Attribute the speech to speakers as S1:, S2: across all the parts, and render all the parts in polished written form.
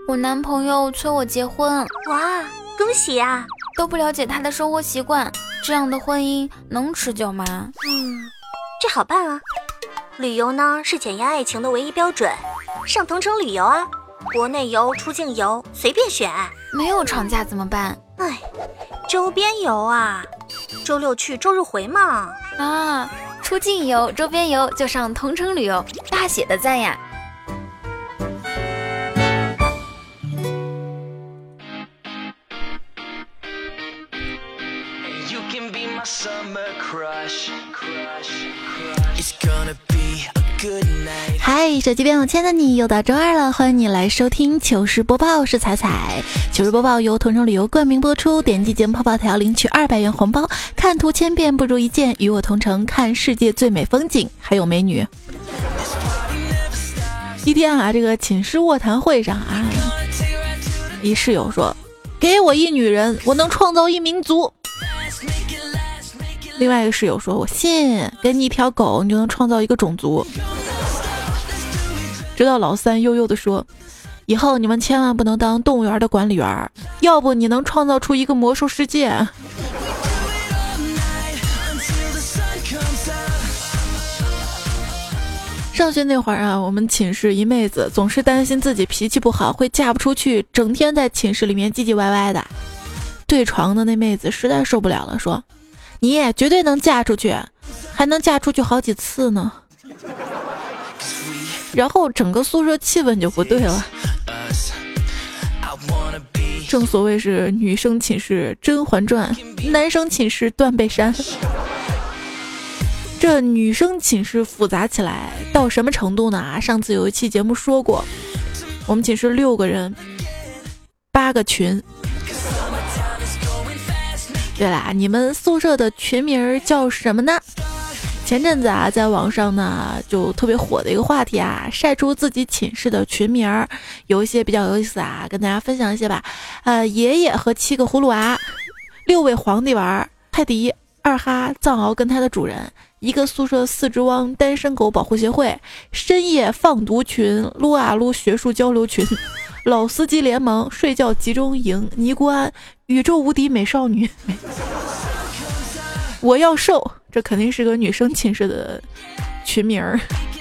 S1: 我男朋友催我结婚。
S2: 哇，恭喜啊！
S1: 都不了解他的生活习惯，这样的婚姻能持久吗？
S2: 这好办啊。旅游呢是检验爱情的唯一标准，上同城旅游啊，国内游、出境游随便选。
S1: 没有长假怎么办？
S2: 周边游啊，周六去周日回嘛。
S1: 啊，出境游、周边游就上同城旅游，大写的赞呀！
S3: 嗨，手机边我亲爱的你，又到周二了，欢迎你来收听糗事播报，是彩彩。糗事播报由同城旅游冠名播出，点击节目泡泡条领取200元红包，看图千遍不如一见，与我同城看世界最美风景，还有美女。一天啊，这个寝室卧谈会上啊，一室友说，给我一女人，我能创造一民族。另外一个室友说，我信，给你一条狗，你就能创造一个种族。直到老三悠悠地说，以后你们千万不能当动物园的管理员，要不你能创造出一个魔兽世界。上学那会儿啊，我们寝室一妹子总是担心自己脾气不好会嫁不出去，整天在寝室里面唧唧歪歪的。对床的那妹子实在受不了了，说，你也绝对能嫁出去，还能嫁出去好几次呢。然后整个宿舍气氛就不对了。正所谓是女生寝室甄嬛传，男生寝室断背山。这女生寝室复杂起来到什么程度呢？上次有一期节目说过，我们寝室6个人，8个群。对啦，你们宿舍的群名叫什么呢？前阵子啊，在网上呢就特别火的一个话题啊，晒出自己寝室的群名，有一些比较有意思啊，跟大家分享一些吧。爷爷和7个葫芦娃，6位皇帝娃，泰迪、二哈、藏獒跟他的主人，一个宿舍4只汪单身狗保护协会，深夜放毒群，撸啊撸学术交流群，老司机联盟，睡觉集中营，尼姑庵，宇宙无敌美少女。我要瘦，这肯定是个女生寝室的群名儿。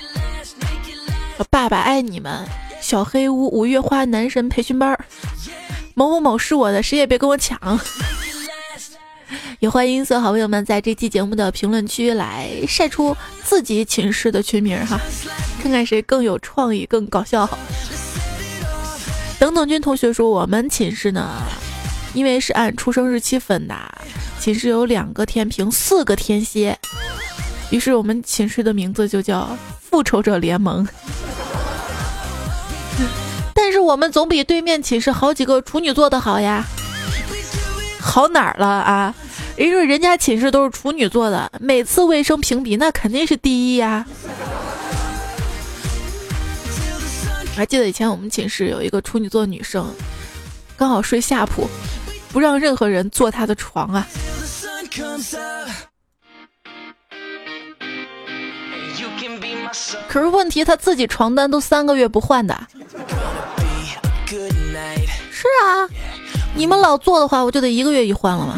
S3: 爸爸爱你们，小黑屋5月花男神培训班，某某某是我的，谁也别跟我抢。也欢迎所有好朋友们在这期节目的评论区来晒出自己寝室的群名哈，看看谁更有创意更搞笑。等等君同学说，我们寝室呢，因为是按出生日期分的，寝室有2个天平4个天蝎，于是我们寝室的名字就叫复仇者联盟。但是我们总比对面寝室好几个处女座的好呀。好哪儿了啊？因为人家寝室都是处女座的，每次卫生评比那肯定是第一呀。我还记得以前我们寝室有一个处女座女生，刚好睡下铺，不让任何人坐她的床啊。可是问题，她自己床单都3个月不换的。是啊，你们老做的话，我就得1个月一换了嘛。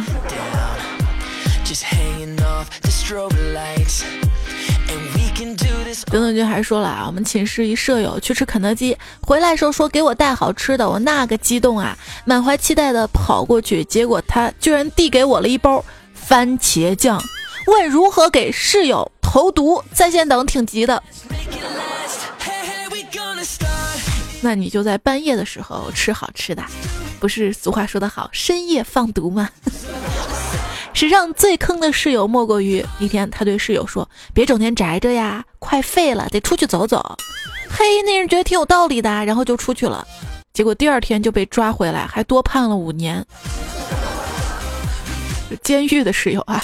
S3: 等等君还说了啊，我们寝室一舍友去吃肯德基，回来时候说给我带好吃的，我那个激动啊，满怀期待的跑过去，结果他居然递给我了一包番茄酱，问如何给室友投毒，在线等挺急的。那你就在半夜的时候吃好吃的，不是俗话说得好，深夜放毒吗？史上最坑的室友莫过于一天，他对室友说，别整天宅着呀，快废了，得出去走走。嘿，那人觉得挺有道理的，然后就出去了，结果第2天就被抓回来，还多判了5年。监狱的室友啊。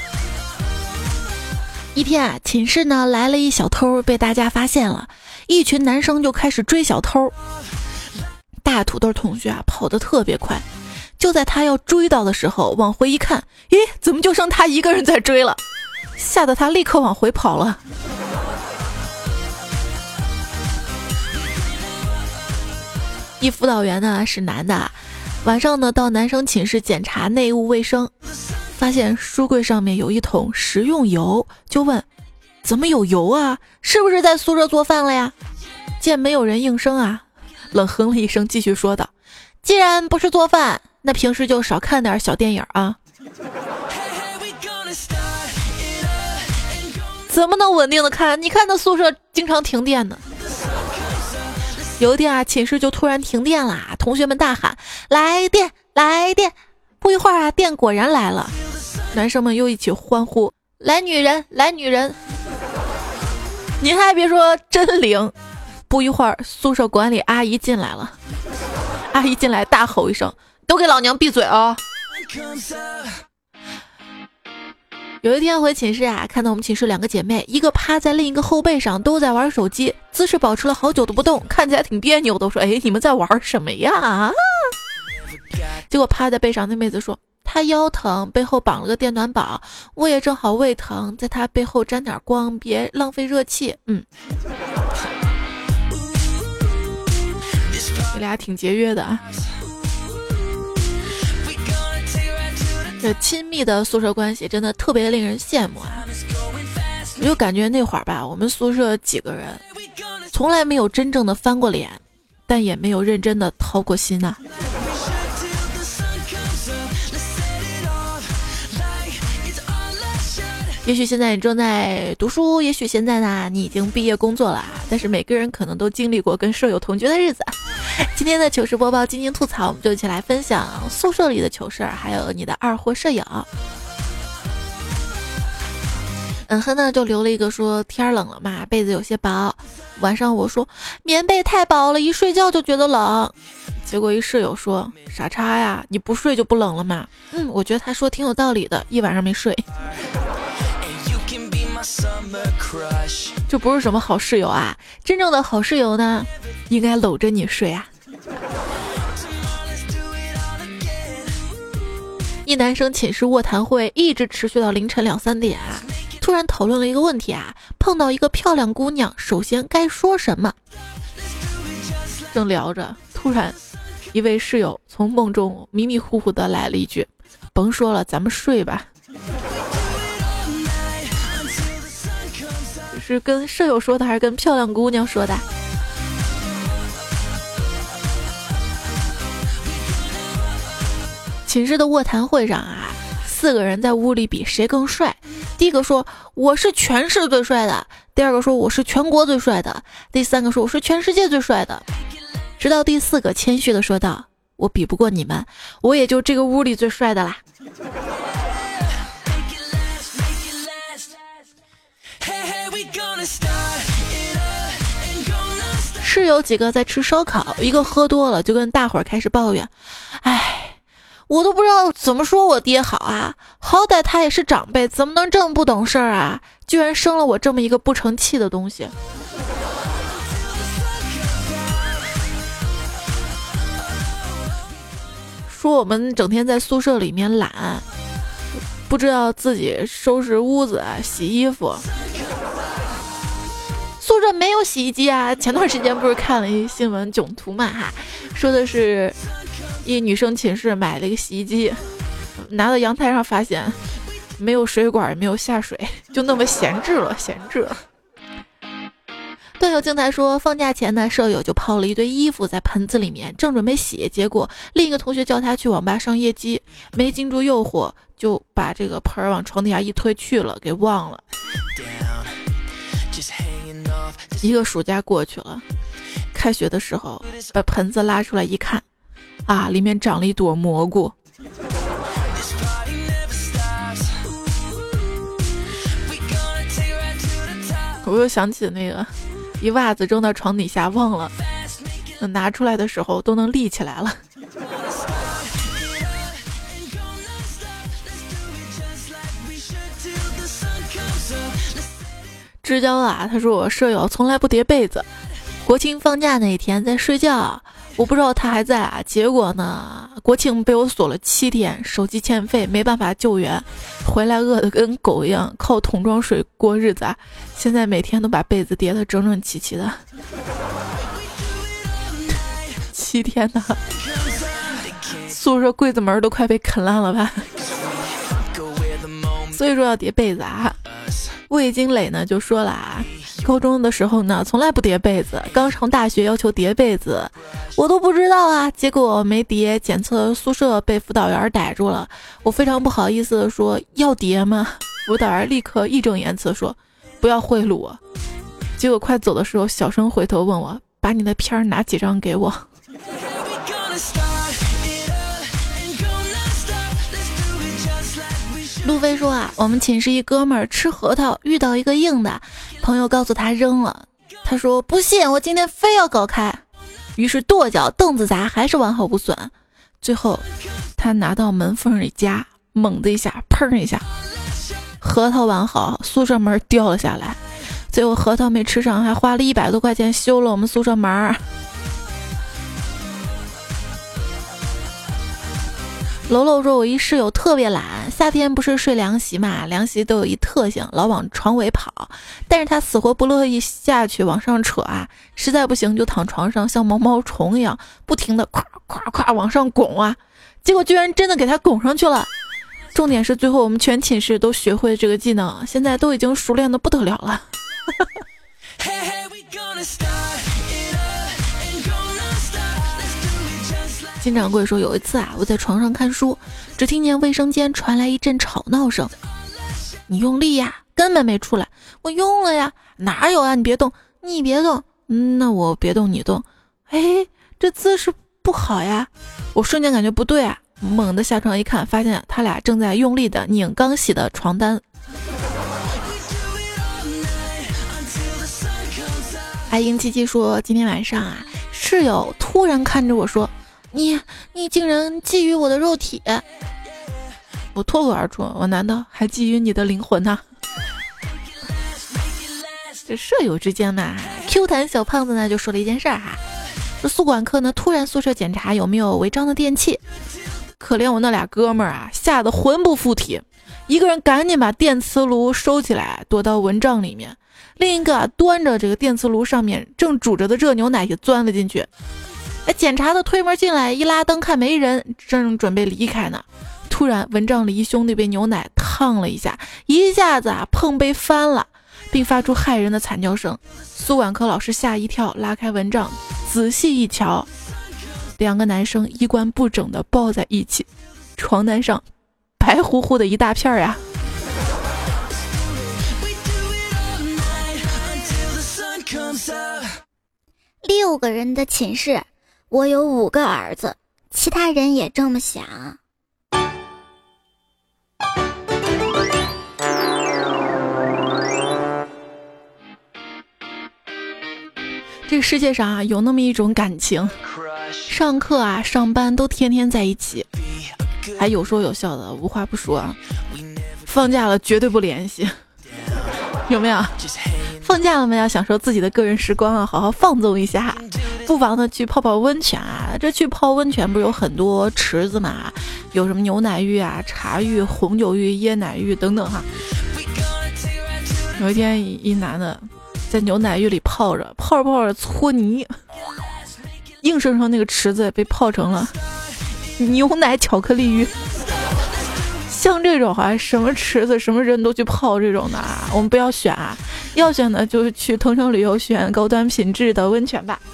S3: 一天啊，寝室呢来了一小偷，被大家发现了，一群男生就开始追小偷。大土豆同学啊跑得特别快，就在他要追到的时候，往回一看，咦，怎么就剩他一个人在追了？吓得他立刻往回跑了。 一辅导员呢是男的，晚上呢到男生寝室检查内务卫生，发现书柜上面有一桶食用油，就问怎么有油啊？是不是在宿舍做饭了呀？见没有人应声啊，冷哼了一声，继续说道：既然不是做饭，那平时就少看点小电影啊。怎么能稳定的看？你看那宿舍经常停电呢。有一天啊，寝室就突然停电啦，同学们大喊来电来电，不一会儿啊，电果然来了，男生们又一起欢呼来女人来女人。您还别说，真灵！不一会儿，宿舍管理阿姨进来了，阿姨进来大吼一声，都给老娘闭嘴啊！有一天回寝室啊，看到我们寝室两个姐妹，一个趴在另一个后背上，都在玩手机，姿势保持了好久都不动，看起来挺别扭的。我说：“哎，你们在玩什么呀？”结果趴在背上那妹子说：“她腰疼，背后绑了个电暖宝，我也正好胃疼，在她背后沾点光，别浪费热气。”你俩挺节约的啊。这亲密的宿舍关系真的特别令人羡慕啊！我就感觉那会儿吧，我们宿舍几个人从来没有真正的翻过脸，但也没有认真的掏过心啊。也许现在你正在读书，也许现在呢你已经毕业工作了，但是每个人可能都经历过跟舍友同居的日子。今天的糗事播报晶晶吐槽，我们就一起来分享宿舍里的糗事儿，还有你的二货舍友。哼呢就留了一个说天冷了嘛，被子有些薄，晚上我说棉被太薄了，一睡觉就觉得冷，结果一舍友说傻叉呀，你不睡就不冷了嘛。我觉得他说挺有道理的，一晚上没睡。这不是什么好室友啊，真正的好室友呢应该搂着你睡啊。一男生寝室卧谈会一直持续到凌晨2、3点啊，突然讨论了一个问题啊，碰到一个漂亮姑娘首先该说什么。正聊着，突然一位室友从梦中迷迷糊糊的来了一句，甭说了，咱们睡吧。是跟舍友说的还是跟漂亮姑娘说的？寝室的卧谈会上啊，4个人在屋里比谁更帅。第一个说我是全市最帅的，第二个说我是全国最帅的，第三个说我是全世界最帅的。直到第4个谦虚的说道，我比不过你们，我也就这个屋里最帅的啦。室友几个在吃烧烤，一个喝多了就跟大伙儿开始抱怨，我都不知道怎么说我爹好啊，好歹他也是长辈，怎么能这么不懂事儿啊，居然生了我这么一个不成器的东西。说我们整天在宿舍里面懒，不知道自己收拾屋子洗衣服。宿舍没有洗衣机啊！前段时间不是看了一新闻囧图嘛说的是一女生寝室买了一个洗衣机，拿到阳台上发现没有水管也没有下水，就那么闲置了。段友静台说，放假前呢，舍友就泡了一堆衣服在盆子里面，正准备洗，结果另一个同学叫他去网吧上夜机，没禁住诱惑，就把这个盆往床底下一推去了，给忘了。一个暑假过去了，开学的时候把盆子拉出来一看，里面长了一朵蘑菇。我又想起那个一袜子扔到床底下忘了拿出来的时候都能立起来了。知交啊，他说我舍友从来不叠被子，国庆放假那一天在睡觉，我不知道他还在啊，结果呢国庆被我锁了7天，手机欠费没办法救援，回来饿得跟狗一样，靠桶装水过日子啊，现在每天都把被子叠得整整齐齐的。 7天呢，宿舍柜子门都快被啃烂了吧。所以说要叠被子啊。魏金磊呢就说了啊，高中的时候呢从来不叠被子，刚上大学要求叠被子，我都不知道啊，结果没叠，检测宿舍被辅导员逮住了，我非常不好意思的说要叠吗？辅导员立刻义正言辞说不要贿赂我。结果快走的时候小声回头问我，把你的片儿拿几张给我。路飞说啊，我们寝室一哥们儿吃核桃遇到一个硬的，朋友告诉他扔了，他说不信，我今天非要搞开，于是跺脚凳子砸，还是完好无损。最后他拿到门缝里夹，猛的一下砰一下，核桃完好，宿舍门掉了下来，最后核桃没吃上，还花了100多块钱修了我们宿舍门。楼楼说，我一室友特别懒，夏天不是睡凉席嘛，凉席都有一特性，老往床尾跑，但是他死活不乐意下去往上扯啊，实在不行就躺床上像毛毛虫一样不停的咵咵咵往上拱啊，结果居然真的给他拱上去了。重点是最后我们全寝室都学会这个技能，现在都已经熟练的不得了了。金掌柜说，有一次啊，我在床上看书，只听见卫生间传来一阵吵闹声。你用力呀，根本没出来。我用了呀，哪有啊？你别动，你别动。那我别动，你动。哎，这姿势不好呀。我瞬间感觉不对啊，猛地下床一看，发现他俩正在用力的拧刚洗的床单。爱英七七说，今天晚上啊，室友突然看着我说，你竟然觊觎我的肉体。我脱口而出，我难道还觊觎你的灵魂呢？这舍友之间嘛，Q 弹小胖子呢就说了一件事儿哈，说宿管科呢突然宿舍检查有没有违章的电器，可怜我那俩哥们儿啊，吓得魂不附体，一个人赶紧把电磁炉收起来躲到蚊帐里面，另一个端着这个电磁炉上面正煮着的热牛奶也钻了进去。检查的推门进来，一拉灯看没人，正准备离开呢，突然蚊帐里一兄弟被牛奶烫了一下，一下子碰杯翻了，并发出骇人的惨叫声。宿管科老师吓一跳，拉开蚊帐仔细一瞧，两个男生衣冠不整的抱在一起，床单上白乎乎的一大片呀。
S4: 6个人的寝室，我有5个儿子，其他人也这么想。
S3: 这个世界上啊，有那么一种感情，上课啊、上班都天天在一起，还有说有笑的，无话不说啊。放假了绝对不联系，有没有？放假了没有？享受自己的个人时光啊，好好放纵一下，不妨呢去泡泡温泉啊。这去泡温泉不是有很多池子嘛？有什么牛奶浴啊、茶浴、红酒浴、椰奶浴等等哈。有一天一男的在牛奶浴里泡着搓泥，硬生生那个池子被泡成了牛奶巧克力浴。像这种啊，什么池子什么人都去泡这种的啊，我们不要选啊，要选的就是去同城旅游选高端品质的温泉吧。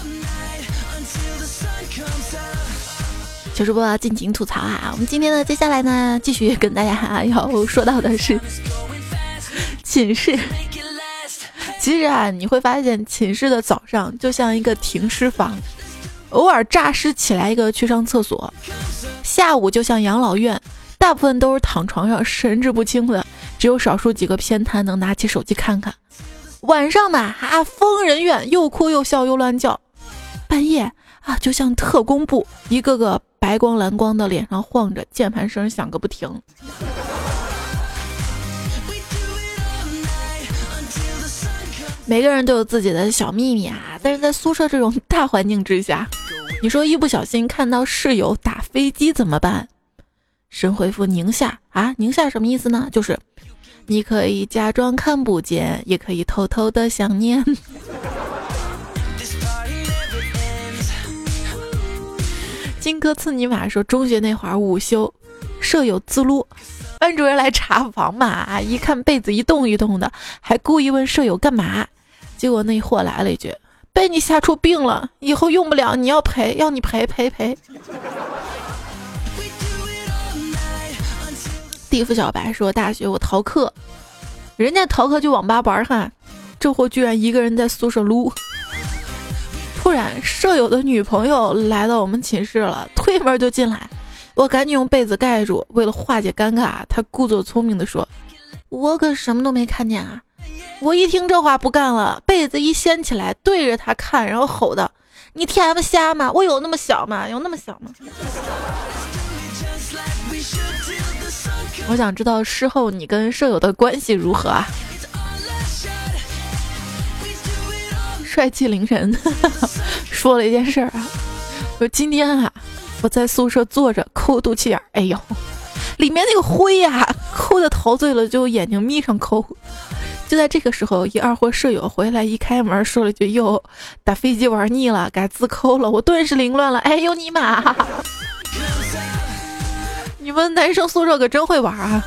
S3: 糗主播尽情吐槽啊！我们今天呢，接下来呢，继续跟大家要说到的是寝室。其实啊，你会发现寝室的早上就像一个停尸房，偶尔诈尸起来一个去上厕所，下午就像养老院，大部分都是躺床上神志不清的，只有少数几个偏瘫能拿起手机看看。晚上嘛疯人院，又哭又笑又乱叫。半夜啊，就像特工部，一个个白光蓝光的脸上晃着，键盘声响个不停。每个人都有自己的小秘密啊，但是在宿舍这种大环境之下，你说一不小心看到室友打飞机怎么办？神回复宁夏啊，宁夏什么意思呢？就是你可以假装看不见，也可以偷偷的想念。 金戈刺尼玛说，中学那会儿午休，舍友自撸，班主任来查房嘛，一看被子一动一动的，还故意问舍友干嘛，结果那货来了一句，被你吓出病了，以后用不了，你要赔，要你赔。地府小白说，大学我逃课，人家逃课去网吧玩哈，这货居然一个人在宿舍撸。突然舍友的女朋友来到我们寝室了，推门就进来，我赶紧用被子盖住，为了化解尴尬，他故作聪明地说，我可什么都没看见啊。我一听这话不干了，被子一掀起来对着他看，然后吼道，你天不瞎吗？我有那么小吗？我想知道事后你跟舍友的关系如何啊？帅气凌人说了一件事啊，说今天啊，我在宿舍坐着抠肚脐眼，哎呦，里面那个灰呀，抠的陶醉了，就眼睛眯上抠。就在这个时候，一二货舍友回来，一开门说了句，哟，打飞机玩腻了，该自抠了。我顿时凌乱了，哎呦你妈！你们男生宿舍可真会玩啊！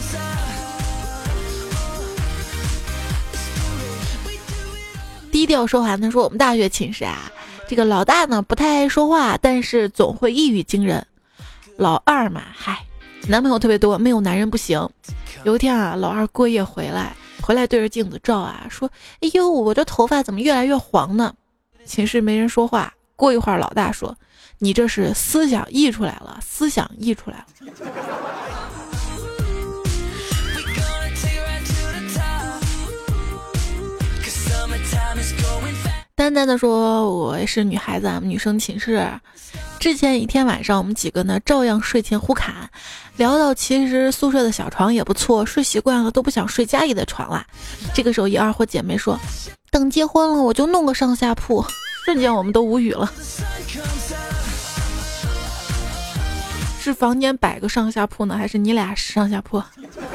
S3: 低调说话呢，说我们大学寝室啊，这个老大呢不太爱说话，但是总会一语惊人。老二嘛，嗨，男朋友特别多，没有男人不行。有一天啊，老二过夜回来对着镜子照啊，说，哎呦，我这头发怎么越来越黄呢？寝室没人说话。过一会儿，老大说，你这是思想溢出来了。淡淡的说，我是女孩子，女生寝室。之前一天晚上，我们几个呢照样睡前互砍，聊到其实宿舍的小床也不错，睡习惯了都不想睡家里的床了。这个时候一二货姐妹说，等结婚了我就弄个上下铺。瞬间我们都无语了。是房间摆个上下铺呢，还是你俩上下铺？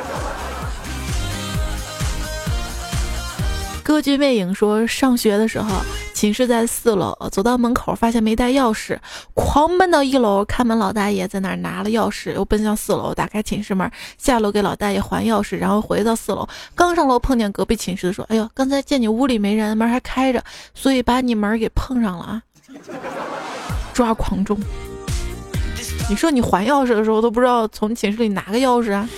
S3: 歌剧魅影说，上学的时候寝室在4楼，走到门口发现没带钥匙，狂奔到1楼，看门老大爷在那儿拿了钥匙，又奔向4楼，打开寝室门，下楼给老大爷还钥匙，然后回到4楼，刚上楼碰见隔壁寝室的说，哎呦，刚才见你屋里没人，门还开着，所以把你门给碰上了啊。抓狂中。你说你还钥匙的时候都不知道从寝室里拿个钥匙啊？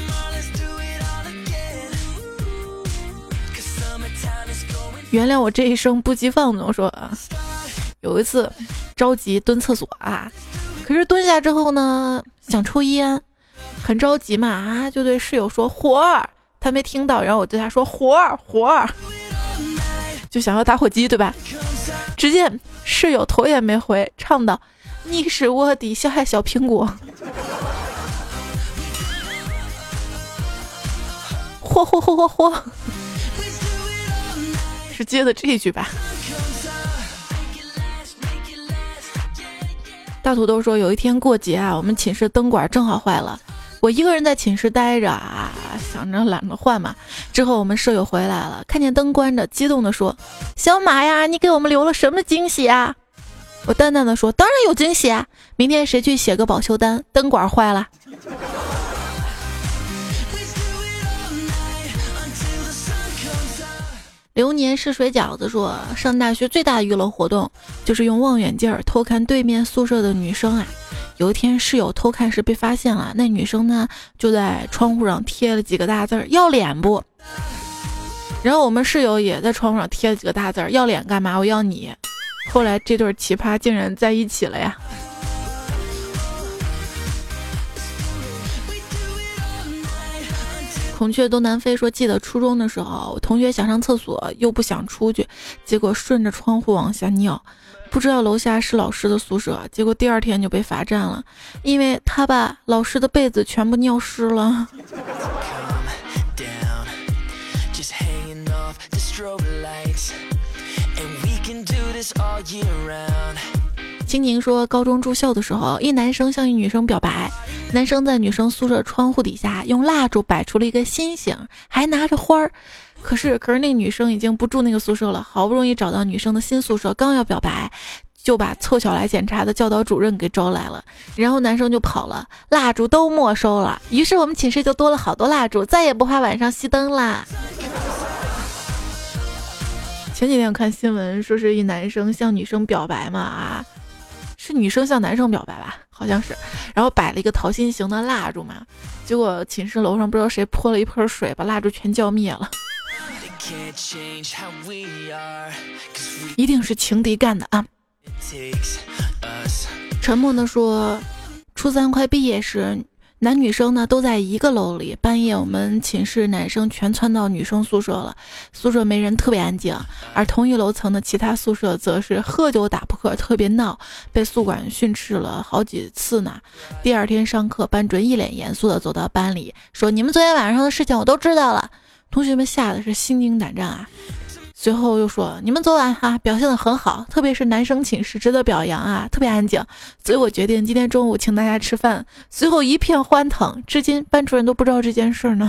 S3: 原谅我这一生不羁放纵。说啊，有一次着急蹲厕所啊，可是蹲下之后呢，想抽烟，很着急嘛啊，就对室友说火儿，他没听到，然后我对他说火儿，就想要打火机对吧？只见室友头也没回，唱道：你是我的小孩小苹果。嚯！是接的这一句吧。大土豆说，有一天过节啊，我们寝室灯管正好坏了，我一个人在寝室待着啊，想着懒得换嘛。之后我们舍友回来了，看见灯关着，激动地说：小马呀，你给我们留了什么惊喜啊？我淡淡的说，当然有惊喜啊，明天谁去写个保修单，灯管坏了。流年是水饺子说，上大学最大的娱乐活动就是用望远镜偷看对面宿舍的女生啊。有一天室友偷看时被发现了，那女生呢就在窗户上贴了几个大字，要脸不？然后我们室友也在窗户上贴了几个大字，要脸干嘛？我要你。后来这对奇葩竟然在一起了呀。孔雀东南飞说，记得初中的时候，同学想上厕所又不想出去，结果顺着窗户往下尿，不知道楼下是老师的宿舍，结果第二天就被罚站了，因为他把老师的被子全部尿湿了。青柠说，高中住校的时候，一男生向一女生表白，男生在女生宿舍窗户底下用蜡烛摆出了一个心形，还拿着花儿。可是那女生已经不住那个宿舍了，好不容易找到女生的新宿舍，刚要表白， 就把凑巧来检查的教导主任给招来了，然后男生就跑了，蜡烛都没收了，于是我们寝室就多了好多蜡烛，再也不怕晚上熄灯啦。前几天我看新闻说是一男生向女生表白嘛，是女生向男生表白吧，好像是，然后摆了一个桃心形的蜡烛嘛，结果寝室楼上不知道谁泼了一盆水，把蜡烛全浇灭了。一定是情敌干的啊。沉默地说，初三快毕业时，男女生呢都在一个楼里，半夜我们寝室男生全窜到女生宿舍了，宿舍没人，特别安静，而同一楼层的其他宿舍则是喝酒打扑克，特别闹，被宿管训斥了好几次呢。第二天上课，班主任一脸严肃地走到班里说，你们昨天晚上的事情我都知道了。同学们吓得是心惊胆战啊。随后又说，你们昨晚表现得很好，特别是男生寝室值得表扬啊，特别安静，所以我决定今天中午请大家吃饭。随后一片欢腾，至今班主任都不知道这件事呢。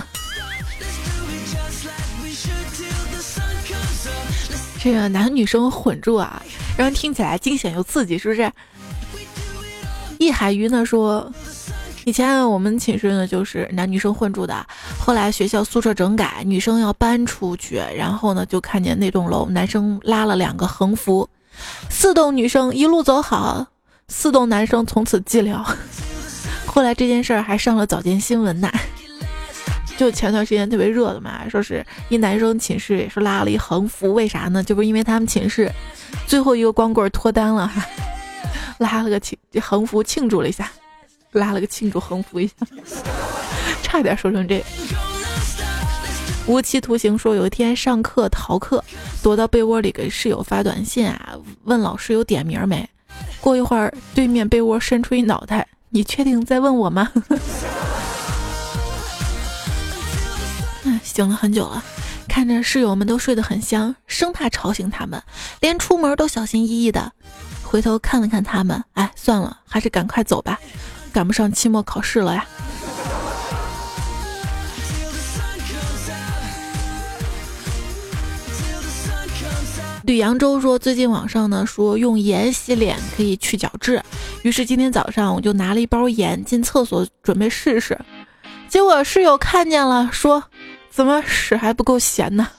S3: 这个男女生混住啊，让人听起来惊险又刺激，是不是？易海鱼呢说，以前我们寝室呢就是男女生混住的，后来学校宿舍整改，女生要搬出去，然后呢就看见那栋楼男生拉了2个横幅，4栋女生一路走好，4栋男生从此寂寥。后来这件事儿还上了早间新闻呢，就前段时间特别热的嘛，说是一男生寝室也是拉了一横幅，为啥呢？就不是因为他们寝室最后一个光棍脱单了，拉了个横幅庆祝了一下，拉了个庆祝横幅一下，差点说成这。无期徒刑说，有一天上课逃课，躲到被窝里给室友发短信啊，问老师有点名没？过一会儿，对面被窝伸出一脑袋，你确定在问我吗？醒了很久了，看着室友们都睡得很香，生怕吵醒他们，连出门都小心翼翼的。回头看了看他们，算了，还是赶快走吧，赶不上期末考试了呀。吕扬州说，最近网上呢说用盐洗脸可以去角质，于是今天早上我就拿了一包盐进厕所准备试试，结果室友看见了，说怎么屎还不够咸呢？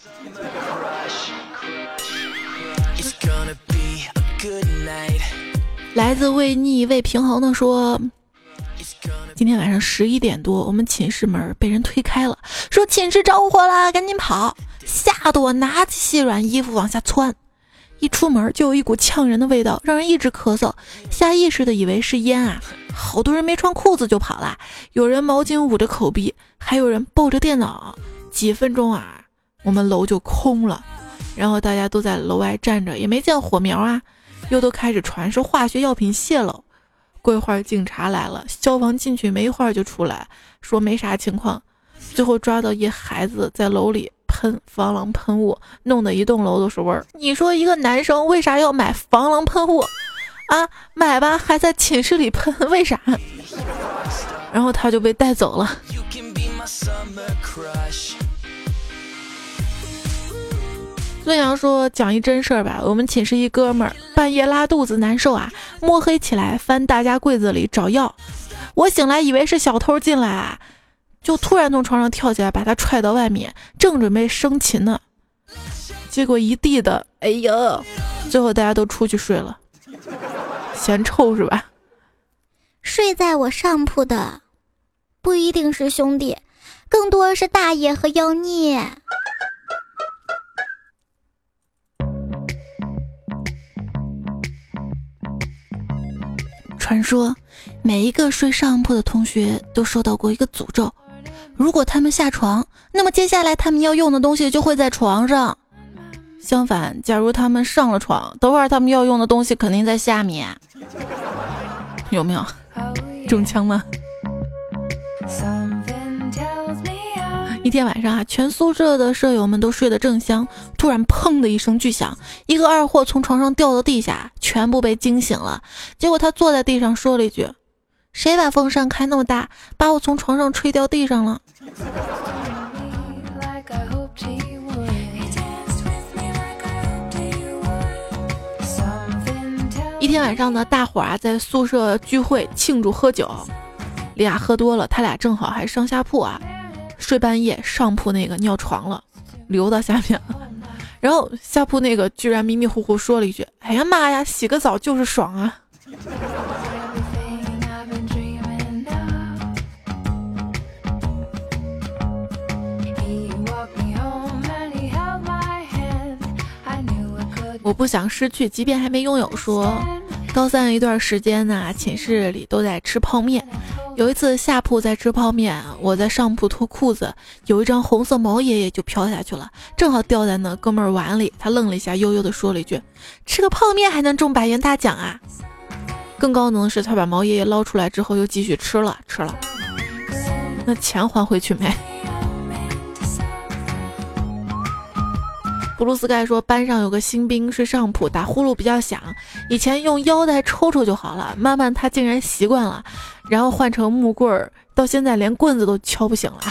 S3: 来自为逆为平衡的说，今天晚上11点多，我们寝室门被人推开了，说寝室着火了，赶紧跑！吓得我拿起细软衣服往下窜，一出门就有一股呛人的味道，让人一直咳嗽，下意识的以为是烟啊！好多人没穿裤子就跑了，有人毛巾捂着口鼻，还有人抱着电脑。几分钟啊，我们楼就空了，然后大家都在楼外站着，也没见火苗啊，又都开始传是化学药品泄漏。过一会儿警察来了，消防进去没一会儿就出来，说没啥情况。最后抓到一孩子在楼里喷防狼喷雾，弄得一栋楼都是味儿。你说一个男生为啥要买防狼喷雾啊？买吧，还在寝室里喷，为啥？然后他就被带走了。孙阳说，讲一真事儿吧，我们寝室一哥们儿半夜拉肚子难受啊，摸黑起来翻大家柜子里找药，我醒来以为是小偷进来啊，就突然从床上跳起来把他踹到外面，正准备生擒呢，结果一地的哎呦，最后大家都出去睡了，嫌臭是吧？
S4: 睡在我上铺的不一定是兄弟，更多是大爷和妖孽。
S3: 传说每一个睡上铺的同学都受到过一个诅咒，如果他们下床，那么接下来他们要用的东西就会在床上，相反，假如他们上了床，等会儿他们要用的东西肯定在下面。有没有中枪吗？一天晚上啊，全宿舍的舍友们都睡得正香，突然砰的一声巨响，一个二货从床上掉到地下，全部被惊醒了。结果他坐在地上说了一句，谁把风扇开那么大，把我从床上吹掉地上了。一天天晚上呢，大伙儿在宿舍聚会庆祝喝酒，俩喝多了，他俩正好还上下铺啊，睡半夜，上铺那个尿床了，流到下面了，然后下铺那个居然迷迷糊糊说了一句：“哎呀妈呀，洗个澡就是爽啊！”我不想失去，即便还没拥有。说高三一段时间呢，寝室里都在吃泡面。有一次下铺在吃泡面，我在上铺脱裤子，有一张红色毛爷爷就飘下去了，正好掉在那哥们儿碗里。他愣了一下，悠悠地说了一句：“吃个泡面还能中100元大奖啊！”更高能的是，他把毛爷爷捞出来之后又继续吃了。那钱还回去没？布鲁斯盖说，班上有个新兵睡上铺，打呼噜比较响，以前用腰带抽抽就好了，慢慢他竟然习惯了，然后换成木棍儿，到现在连棍子都敲不醒了。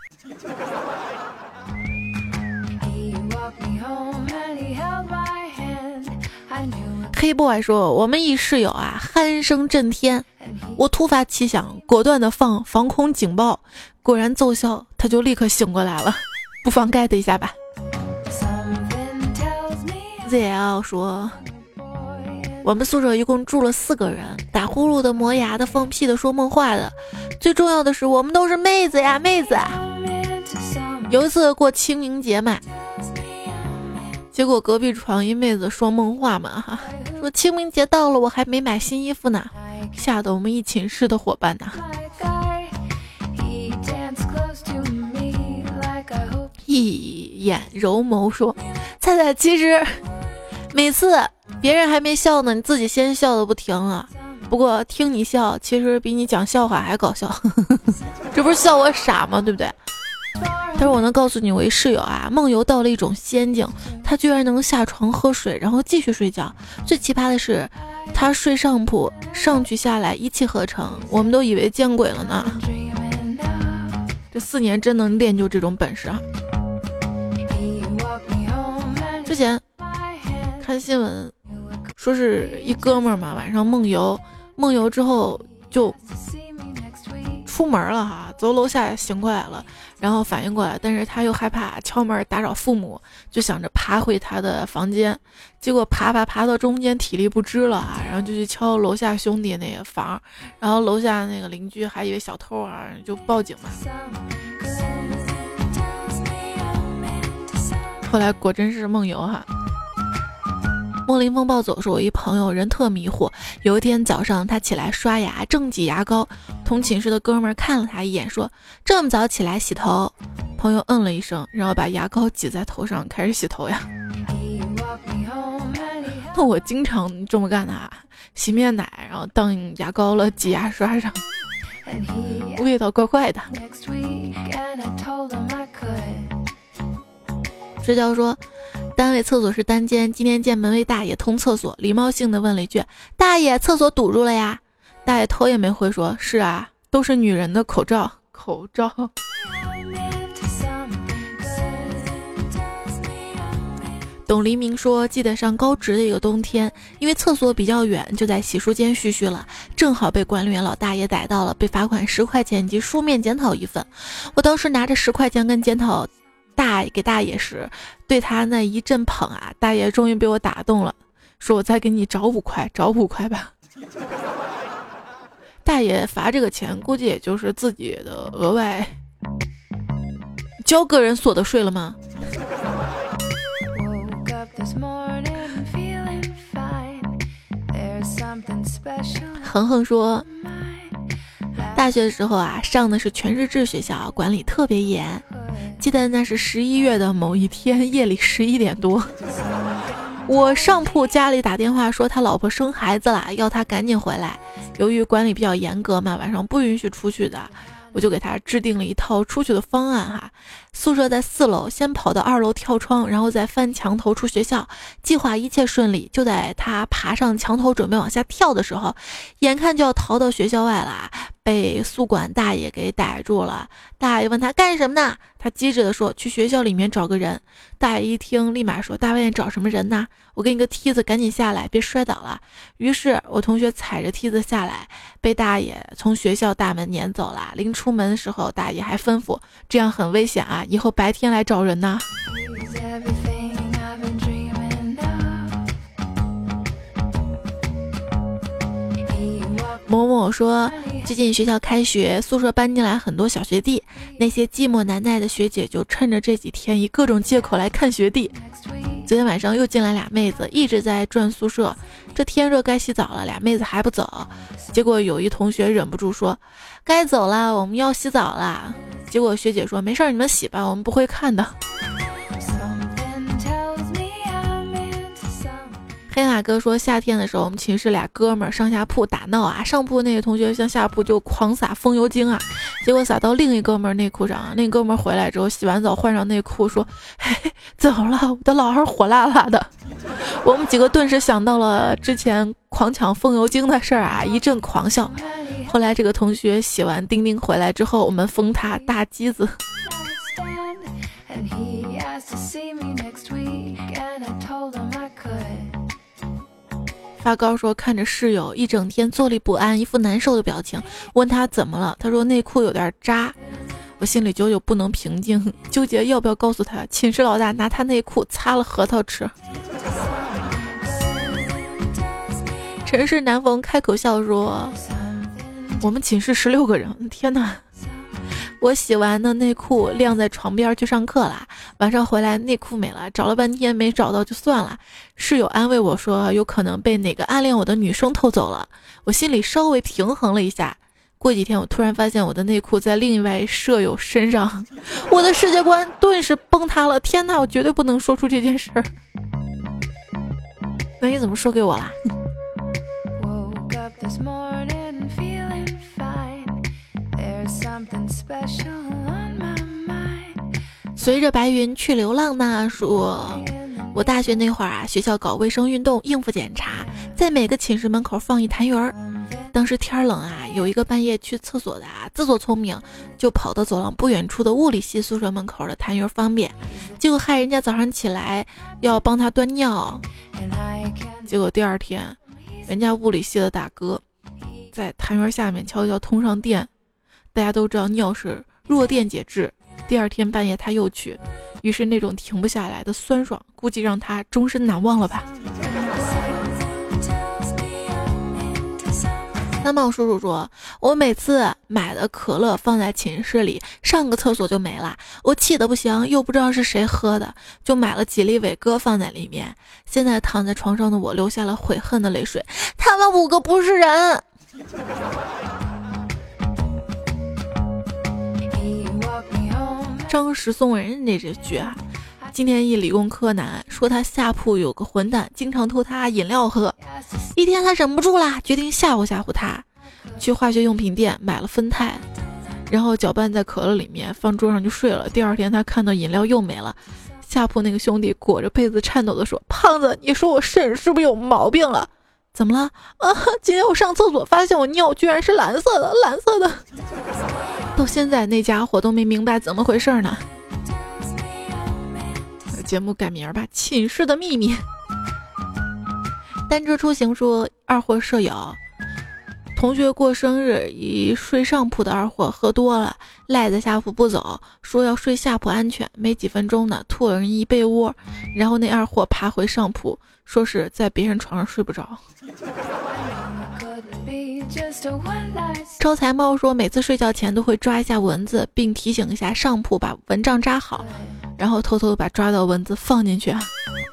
S3: 黑 boy 说，我们一室友啊鼾声震天，我突发奇想，果断的放防空警报，果然奏效，他就立刻醒过来了。不妨 get 一下吧。ZL 说，我们宿舍一共住了4个人，打呼噜的、磨牙的、放屁的、说梦话的，最重要的是我们都是妹子呀，妹子。有一次过清明节嘛，结果隔壁床一妹子说梦话嘛，说清明节到了我还没买新衣服呢，吓得我们一寝室的伙伴呢一眼柔眸说，菜菜其实每次别人还没笑呢，你自己先笑的不停了。不过听你笑，其实比你讲笑话还搞笑。这不是笑我傻吗？对不对？但是我能告诉你，我一室友啊，梦游到了一种仙境，他居然能下床喝水，然后继续睡觉。最奇葩的是，他睡上铺，上去下来一气呵成，我们都以为见鬼了呢。这4年真能练就这种本事啊！之前看新闻说是一哥们儿嘛，晚上梦游之后就出门了哈，走楼下醒过来了，然后反应过来，但是他又害怕敲门打扰父母，就想着爬回他的房间，结果爬到中间体力不支了啊，然后就去敲楼下兄弟那个房，然后楼下那个邻居还以为小偷啊，就报警嘛。后来果真是梦游哈。莫林风暴走说，我一朋友人特迷糊，有一天早上他起来刷牙，正挤牙膏，同寝室的哥们儿看了他一眼，说这么早起来洗头。朋友嗯了一声，然后把牙膏挤在头上开始洗头呀。那我经常这么干的啊，洗面奶然后当牙膏了，挤牙刷上，味道怪怪的。睡觉说，单位厕所是单间，今天见门卫大爷通厕所，礼貌性的问了一句，大爷厕所堵住了呀？大爷头也没回说，是啊，都是女人的口罩。董黎明说，记得上高职的一个冬天，因为厕所比较远，就在洗漱间嘘嘘了，正好被管理员老大爷逮到了，被罚款10块钱及书面检讨1份。我当时拿着10块钱跟检讨给大爷时，对他那一阵捧啊，大爷终于被我打动了，说我再给你找5块吧。大爷罚这个钱估计也就是自己的额外交个人所得税了吗？恒恒说，大学的时候啊，上的是全日制学校，管理特别严。记得那是11月的某一天夜里11点多，我上铺家里打电话说他老婆生孩子了，要他赶紧回来。由于管理比较严格嘛，晚上不允许出去的， 我就给他制定了一套出去的方案哈。宿舍在4楼，先跑到2楼跳窗，然后再翻墙头出学校。计划一切顺利，就在他爬上墙头准备往下跳的时候，眼看就要逃到学校外了，被宿管大爷给逮住了。大爷问他干什么呢？他机智地说去学校里面找个人。大爷一听立马说大半夜找什么人呢？我给你个梯子，赶紧下来，别摔倒了。于是我同学踩着梯子下来，被大爷从学校大门撵走了。临出门的时候，大爷还吩咐这样很危险啊，以后白天来找人呢。某某说最近学校开学，宿舍搬进来很多小学弟，那些寂寞难耐的学姐就趁着这几天以各种借口来看学弟。昨天晚上又进来俩妹子，一直在转宿舍，这天热该洗澡了，俩妹子还不走。结果有一同学忍不住说该走了，我们要洗澡了。结果学姐说没事你们洗吧，我们不会看的。黑马哥说夏天的时候我们寝室俩哥们儿上下铺打闹啊，上铺那个同学向下铺就狂撒风油精啊，结果撒到另一哥们儿内裤上，那哥们儿回来之后洗完澡换上内裤说嘿怎么了，我的老二火辣辣的。我们几个顿时想到了之前狂抢风油精的事儿啊，一阵狂笑。后来这个同学洗完丁丁回来之后，我们封他大鸡子。发高说看着室友一整天坐立不安，一副难受的表情，问他怎么了，他说内裤有点扎。我心里久久不能平静，纠结要不要告诉他寝室老大拿他内裤擦了核桃吃。城市南风开口笑说我们寝室16个人，天哪！我洗完的内裤晾在床边去上课了，晚上回来内裤没了，找了半天没找到就算了。室友安慰我说有可能被哪个暗恋我的女生偷走了，我心里稍微平衡了一下。过几天我突然发现我的内裤在另一位舍友身上，我的世界观顿时崩塌了。天哪，我绝对不能说出这件事儿。那你怎么说给我啦？随着白云去流浪呢，说我大学那会儿啊，学校搞卫生运动应付检查，在每个寝室门口放一痰盂儿。当时天冷啊，有一个半夜去厕所的啊，自作聪明就跑到走廊不远处的物理系宿舍门口的痰盂方便，结果害人家早上起来要帮他端尿。结果第二天人家物理系的大哥在痰盂下面悄悄通上电，大家都知道尿是弱电解质，第二天半夜他又去，于是那种停不下来的酸爽估计让他终身难忘了吧。三茂叔叔说我每次买的可乐放在寝室里，上个厕所就没了，我气得不行，又不知道是谁喝的，就买了几粒伟哥放在里面。现在躺在床上的我流下了悔恨的泪水，他们5个不是人。张石送人那这句啊，今天一理工科男说他下铺有个混蛋经常偷他饮料喝，一天他忍不住啦，决定吓唬吓唬他，去化学用品店买了酚酞，然后搅拌在可乐里面放桌上就睡了。第二天他看到饮料又没了，下铺那个兄弟裹着被子颤抖的说，胖子你说我肾是不是有毛病了？怎么了啊？今天我上厕所发现我尿居然是蓝色的，蓝色的。到现在那家伙都没明白怎么回事呢。节目改名吧，寝室的秘密。单车出行说二货舍友同学过生日，一睡上铺的二货喝多了赖在下铺不走，说要睡下铺安全，没几分钟呢吐了人一被窝，然后那二货爬回上铺，说是在别人床上睡不着。招财猫说每次睡觉前都会抓一下蚊子，并提醒一下上铺把蚊帐扎好，然后偷偷把抓到蚊子放进去。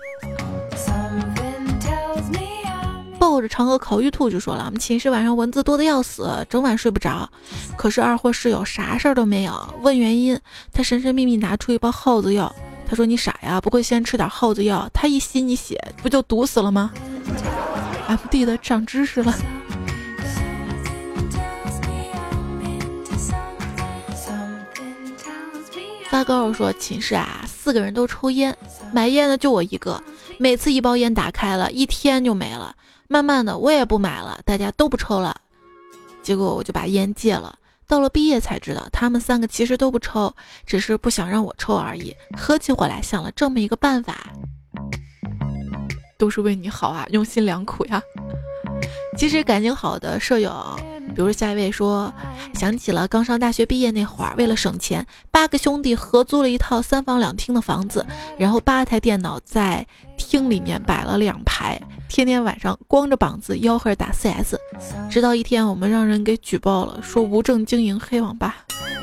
S3: 抱着嫦娥烤玉兔就说了，我们寝室晚上蚊子多的要死，整晚睡不着。可是二货室友啥事儿都没有，问原因，他神神秘秘拿出一包耗子药，他说你傻呀，不会先吃点耗子药，他一吸你血不就毒死了吗？ MD 的长知识了。 发高说寝室啊4个人都抽烟，买烟的就我一个，每次一包烟打开了1天就没了，慢慢的我也不买了，大家都不抽了，结果我就把烟戒了。到了毕业才知道他们3个其实都不抽，只是不想让我抽而已。合起伙来想了这么一个办法，都是为你好啊，用心良苦呀。其实感情好的舍友，比如下一位说，想起了刚上大学毕业那会儿，为了省钱，8个兄弟合租了一套3房2厅的房子，然后8台电脑在厅里面摆了2排，天天晚上光着膀子吆喝打 CS， 直到一天我们让人给举报了，说无证经营黑网吧。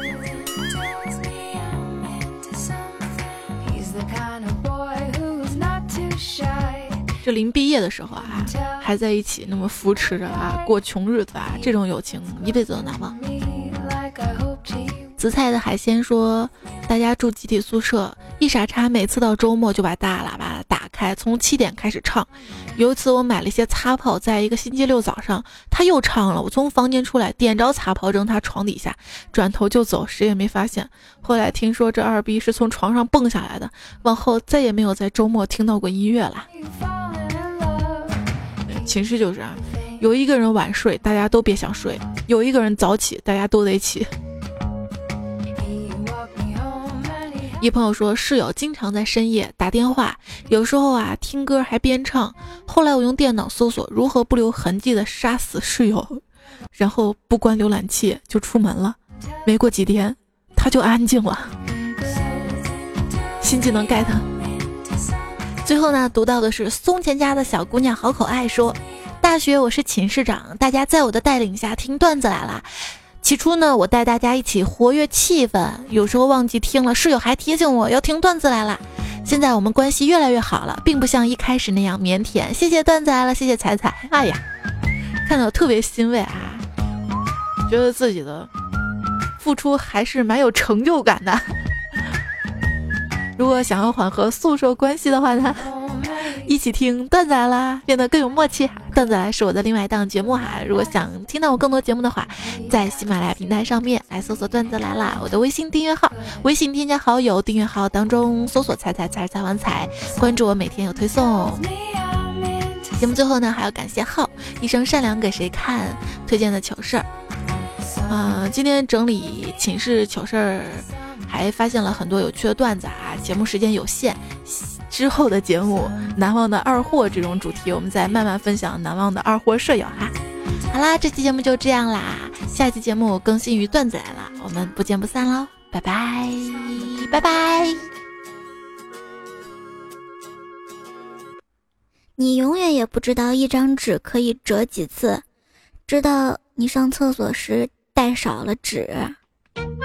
S3: 这临毕业的时候啊，还在一起那么扶持着啊，过穷日子啊，这种友情一辈子都难忘。紫菜的海鲜说，大家住集体宿舍，一傻叉每次到周末就把大喇叭打开，从7点开始唱。有一次我买了一些擦炮，在一个星期六早上，他又唱了，我从房间出来，点着擦炮扔他床底下，转头就走，谁也没发现。后来听说这二逼是从床上蹦下来的，往后再也没有在周末听到过音乐了。寝室就是啊，有一个人晚睡，大家都别想睡；有一个人早起，大家都得起。一朋友说，室友经常在深夜打电话，有时候啊听歌还边唱。后来我用电脑搜索如何不留痕迹的杀死室友，然后不关浏览器就出门了。没过几天，他就安静了。新技能 get。最后呢，读到的是松前家的小姑娘好可爱说，大学我是寝室长，大家在我的带领下听段子来了。起初呢，我带大家一起活跃气氛，有时候忘记听了，室友还提醒我要听段子来了。现在我们关系越来越好了，并不像一开始那样腼腆。谢谢段子来了，谢谢彩彩。哎呀，看到特别欣慰啊，觉得自己的付出还是蛮有成就感的。如果想要缓和宿舍关系的话呢，一起听段子来啦，变得更有默契。段子来是我的另外一档节目哈，如果想听到我更多节目的话，在喜马拉雅平台上面来搜索段子来啦，我的微信订阅号，微信添加好友，订阅号当中搜索彩彩彩彩王彩，关注我，每天有推送。节目最后呢，还要感谢浩一生善良给谁看推荐的糗事儿。今天整理寝室糗事儿，还发现了很多有趣的段子啊，节目时间有限，之后的节目难忘的二货这种主题，我们再慢慢分享难忘的二货舍友哈。好啦，这期节目就这样啦，下期节目更新于段子来了，我们不见不散喽，拜拜拜拜。
S4: 你永远也不知道一张纸可以折几次，直到你上厕所时带少了纸。